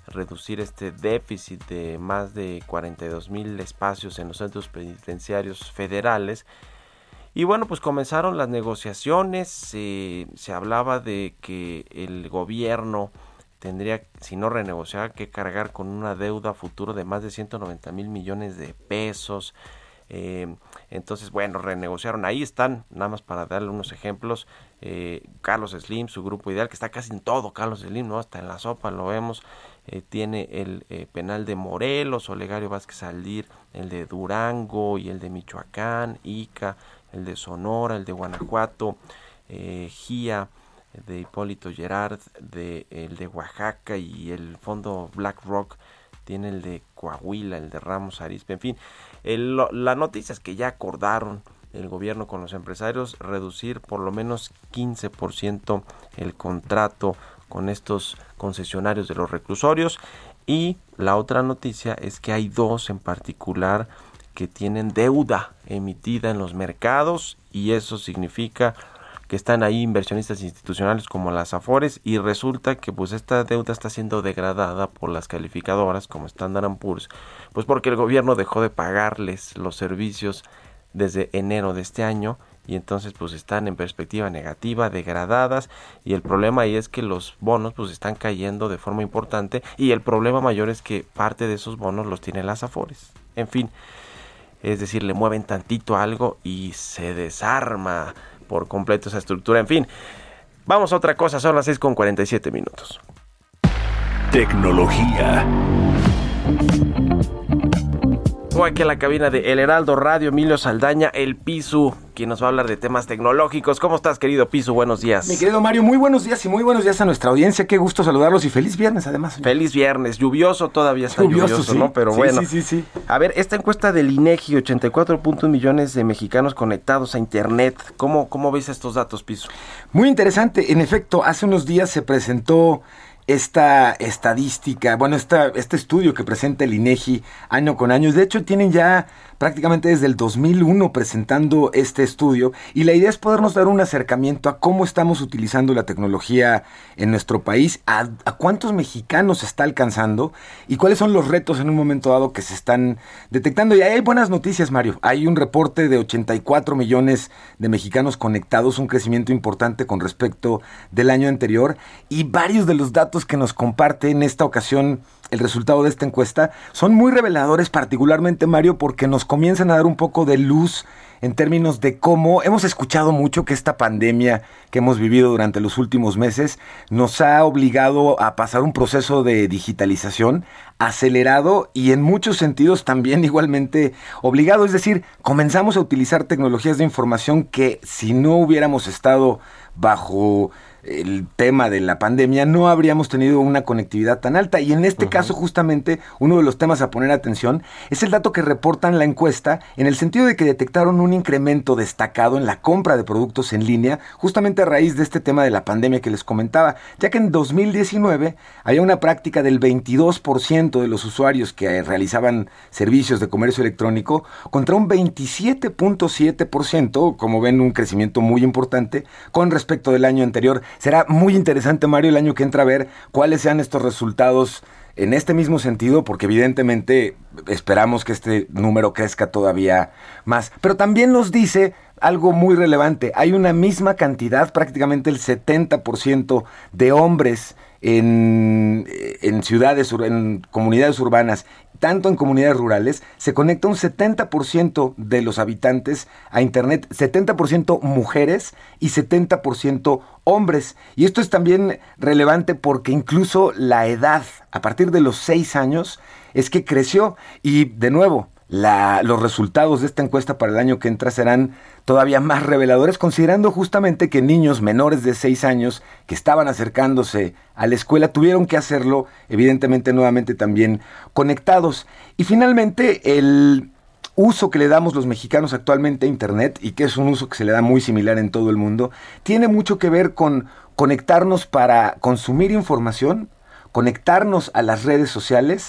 reducir este déficit de más de cuarenta y dos mil espacios en los centros penitenciarios federales. Y bueno, pues comenzaron las negociaciones, eh, se hablaba de que el gobierno tendría, si no renegociar, que cargar con una deuda futuro de más de ciento noventa mil millones de pesos. Eh, entonces, bueno, renegociaron. Ahí están, nada más para darle unos ejemplos, eh, Carlos Slim, su grupo ideal, que está casi en todo Carlos Slim, ¿no? Hasta en la sopa lo vemos. Eh, tiene el eh, penal de Morelos, Olegario Vázquez Aldir, el de Durango y el de Michoacán, Ica, el de Sonora, el de Guanajuato, eh, G I A, de Hipólito Gerard, de, el de Oaxaca, y el fondo BlackRock tiene el de Coahuila, el de Ramos Arizpe. En fin, el, la noticia es que ya acordaron el gobierno con los empresarios reducir por lo menos quince por ciento el contrato con estos concesionarios de los reclusorios. Y la otra noticia es que hay dos en particular que tienen deuda emitida en los mercados, y eso significa que están ahí inversionistas institucionales como las Afores, y resulta que pues esta deuda está siendo degradada por las calificadoras como Standard and Poor's, pues porque el gobierno dejó de pagarles los servicios desde enero de este año, y entonces pues están en perspectiva negativa, degradadas, y el problema ahí es que los bonos pues están cayendo de forma importante, y el problema mayor es que parte de esos bonos los tienen las Afores. En fin, es decir, le mueven tantito algo y se desarma por completo esa estructura. En fin, vamos a otra cosa, son las seis con cuarenta y siete minutos. Tecnología. Voy aquí a la cabina de El Heraldo Radio, Emilio Saldaña, el Pisu, quien nos va a hablar de temas tecnológicos. ¿Cómo estás, querido Pisu? Buenos días. Mi querido Mario, muy buenos días y muy buenos días a nuestra audiencia. Qué gusto saludarlos y feliz viernes, además. Feliz viernes. Lluvioso todavía, está lluvioso, lluvioso, sí. ¿no? Pero sí, bueno. Sí, sí, sí. A ver, esta encuesta del INEGI, ochenta y cuatro punto uno millones de mexicanos conectados a Internet. ¿Cómo, cómo ves estos datos, Pisu? Muy interesante. En efecto, hace unos días se presentó esta estadística, bueno, esta, este estudio que presenta el INEGI año con año. De hecho, tienen ya prácticamente desde el dos mil uno presentando este estudio, y la idea es podernos dar un acercamiento a cómo estamos utilizando la tecnología en nuestro país, a, a cuántos mexicanos se está alcanzando y cuáles son los retos en un momento dado que se están detectando. Y ahí hay buenas noticias, Mario. Hay un reporte de ochenta y cuatro millones de mexicanos conectados, un crecimiento importante con respecto del año anterior, y varios de los datos que nos comparte en esta ocasión el resultado de esta encuesta son muy reveladores, particularmente, Mario, porque nos comienzan a dar un poco de luz en términos de cómo hemos escuchado mucho que esta pandemia que hemos vivido durante los últimos meses nos ha obligado a pasar un proceso de digitalización acelerado y en muchos sentidos también igualmente obligado. Es decir, comenzamos a utilizar tecnologías de información que si no hubiéramos estado bajo el tema de la pandemia no habríamos tenido una conectividad tan alta, y en este uh-huh. caso justamente uno de los temas a poner atención es el dato que reportan la encuesta, en el sentido de que detectaron un incremento destacado en la compra de productos en línea justamente a raíz de este tema de la pandemia que les comentaba, ya que en dos mil diecinueve había una práctica del veintidós por ciento de los usuarios que realizaban servicios de comercio electrónico contra un veintisiete punto siete por ciento, como ven, un crecimiento muy importante con respecto del año anterior. Será muy interesante, Mario, el año que entra a ver cuáles sean estos resultados en este mismo sentido, porque evidentemente esperamos que este número crezca todavía más. Pero también nos dice algo muy relevante. Hay una misma cantidad, prácticamente el setenta por ciento de hombres en, en ciudades, en comunidades urbanas, tanto en comunidades rurales, se conecta un setenta por ciento de los habitantes a Internet, setenta por ciento mujeres y setenta por ciento hombres. Y esto es también relevante porque incluso la edad, a partir de los seis años, es que creció. Y de nuevo, la, los resultados de esta encuesta para el año que entra serán todavía más reveladores, considerando justamente que niños menores de seis años que estaban acercándose a la escuela tuvieron que hacerlo, evidentemente, nuevamente también conectados. Y finalmente, el uso que le damos los mexicanos actualmente a Internet, y que es un uso que se le da muy similar en todo el mundo, tiene mucho que ver con conectarnos para consumir información, conectarnos a las redes sociales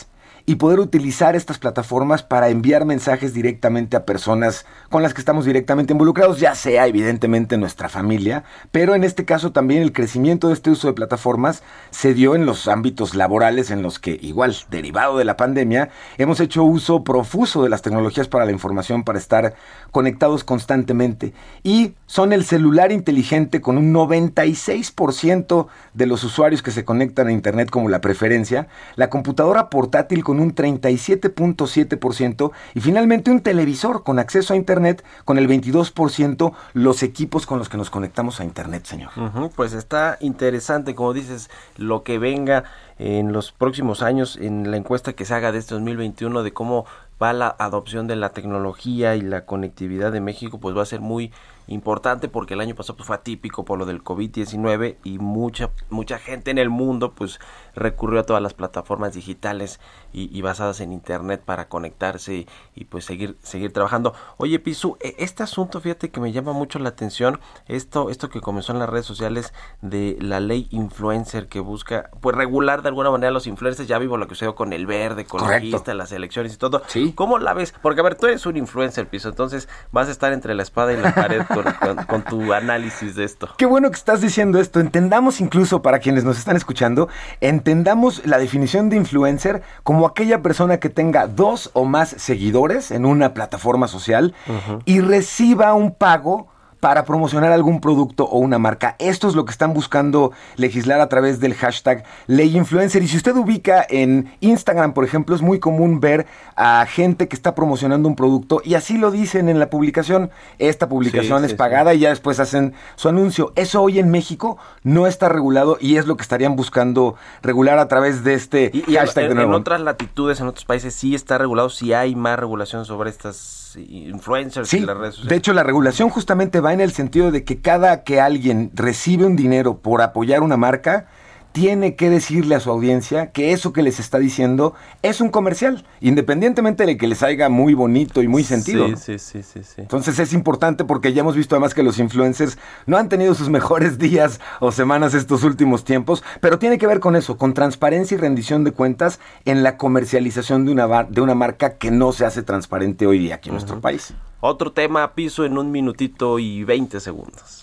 y poder utilizar estas plataformas para enviar mensajes directamente a personas con las que estamos directamente involucrados, ya sea evidentemente nuestra familia, pero en este caso también el crecimiento de este uso de plataformas se dio en los ámbitos laborales en los que, igual, derivado de la pandemia, hemos hecho uso profuso de las tecnologías para la información, para estar conectados constantemente. Y son el celular inteligente con un noventa y seis por ciento de los usuarios que se conectan a Internet como la preferencia, la computadora portátil con un treinta y siete punto siete por ciento y finalmente un televisor con acceso a Internet con el veintidós por ciento los equipos con los que nos conectamos a Internet, señor. Uh-huh, pues está interesante, como dices, lo que venga en los próximos años en la encuesta que se haga de este dos mil veintiuno de cómo va la adopción de la tecnología y la conectividad de México, pues va a ser muy importante porque el año pasado pues, fue atípico por lo del covid diecinueve y mucha mucha gente en el mundo pues recurrió a todas las plataformas digitales y, y basadas en Internet para conectarse y, y pues seguir seguir trabajando. Oye, Pisu, este asunto, fíjate que me llama mucho la atención, esto esto que comenzó en las redes sociales de la ley influencer que busca pues regular de alguna manera a los influencers. Ya vimos lo que sucedió con el Verde, con Correcto. Las elecciones y todo. ¿Sí? ¿Cómo la ves? Porque a ver, tú eres un influencer, Pisu, entonces vas a estar entre la espada y la pared con, con, con tu análisis de esto. Qué bueno que estás diciendo esto. Entendamos incluso, para quienes nos están escuchando, entendamos la definición de influencer como aquella persona que tenga dos o más seguidores en una plataforma social uh-huh. y reciba un pago para promocionar algún producto o una marca. Esto es lo que están buscando legislar a través del hashtag Ley Influencer. Y si usted ubica en Instagram, por ejemplo, es muy común ver a gente que está promocionando un producto y así lo dicen en la publicación. Esta publicación sí, es sí, pagada sí. y ya después hacen su anuncio. Eso hoy en México no está regulado y es lo que estarían buscando regular a través de este y, y hashtag. En, de nuevo. en otras latitudes, en otros países sí está regulado, sí hay más regulación sobre estas influencers sí, y las redes sociales. De hecho, la regulación justamente va en el sentido de que cada que alguien recibe un dinero por apoyar una marca, tiene que decirle a su audiencia que eso que les está diciendo es un comercial, independientemente de que les salga muy bonito y muy sentido. Sí, ¿no? sí, sí, sí, sí. Entonces es importante porque ya hemos visto además que los influencers no han tenido sus mejores días o semanas estos últimos tiempos, pero tiene que ver con eso, con transparencia y rendición de cuentas en la comercialización de una, de una marca que no se hace transparente hoy día aquí en uh-huh. nuestro país. Otro tema, Pisu, en un minutito y veinte segundos.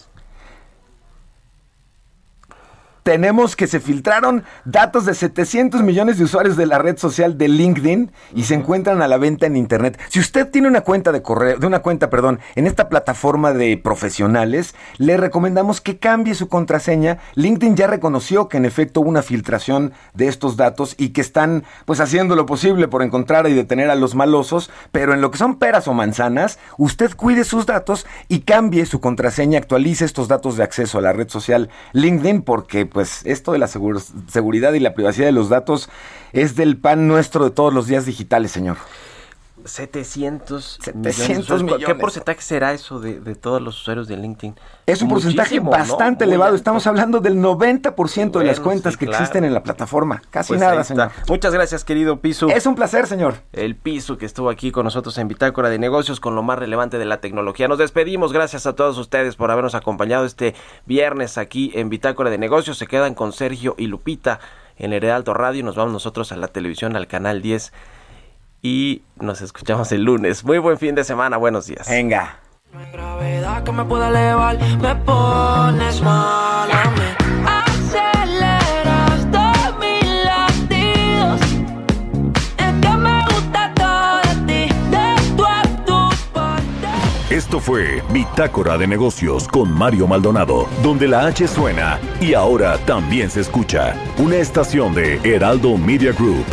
Tenemos que se filtraron datos de setecientos millones de usuarios de la red social de LinkedIn y uh-huh. se encuentran a la venta en Internet. Si usted tiene una cuenta de correo, de una cuenta, perdón, en esta plataforma de profesionales, le recomendamos que cambie su contraseña. LinkedIn ya reconoció que en efecto hubo una filtración de estos datos y que están pues haciendo lo posible por encontrar y detener a los malosos, pero en lo que son peras o manzanas, usted cuide sus datos y cambie su contraseña, actualice estos datos de acceso a la red social LinkedIn porque pues esto de la segur- seguridad y la privacidad de los datos es del pan nuestro de todos los días digitales, señor. setecientos, setecientos millones. ¿Qué porcentaje será eso de, de todos los usuarios de LinkedIn? Es un Muchísimo, porcentaje bastante ¿no? elevado. Muy Estamos hablando del noventa por ciento bueno, de las cuentas sí, que claro. existen en la plataforma. Casi pues nada, señor. Muchas gracias, querido Pisu. Es un placer, señor. El Pisu que estuvo aquí con nosotros en Bitácora de Negocios con lo más relevante de la tecnología. Nos despedimos. Gracias a todos ustedes por habernos acompañado este viernes aquí en Bitácora de Negocios. Se quedan con Sergio y Lupita en el Heraldo Radio y nos vamos nosotros a la televisión, al canal diez. Y nos escuchamos el lunes. Muy buen fin de semana. Buenos días. Venga. No hay gravedad que me pueda elevar. Me pones mal a mí. Aceleras todos mis latidos. Es que me gusta todo de ti. De tu a tu parte. Esto fue Bitácora de Negocios con Mario Maldonado, donde la H suena y ahora también se escucha. Una estación de Heraldo Media Group.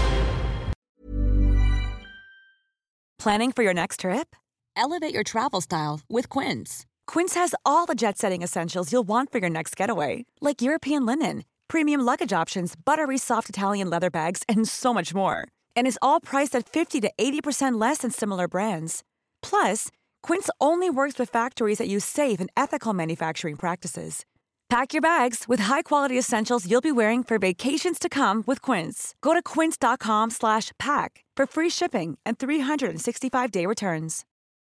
Planning for your next trip? Elevate your travel style with Quince. Quince has all the jet-setting essentials you'll want for your next getaway, like European linen, premium luggage options, buttery soft Italian leather bags, and so much more. And is all priced at fifty to eighty percent less than similar brands. Plus, Quince only works with factories that use safe and ethical manufacturing practices. Pack your bags with high-quality essentials you'll be wearing for vacations to come with Quince. Go to quince.com slash pack for free shipping and three sixty-five day returns.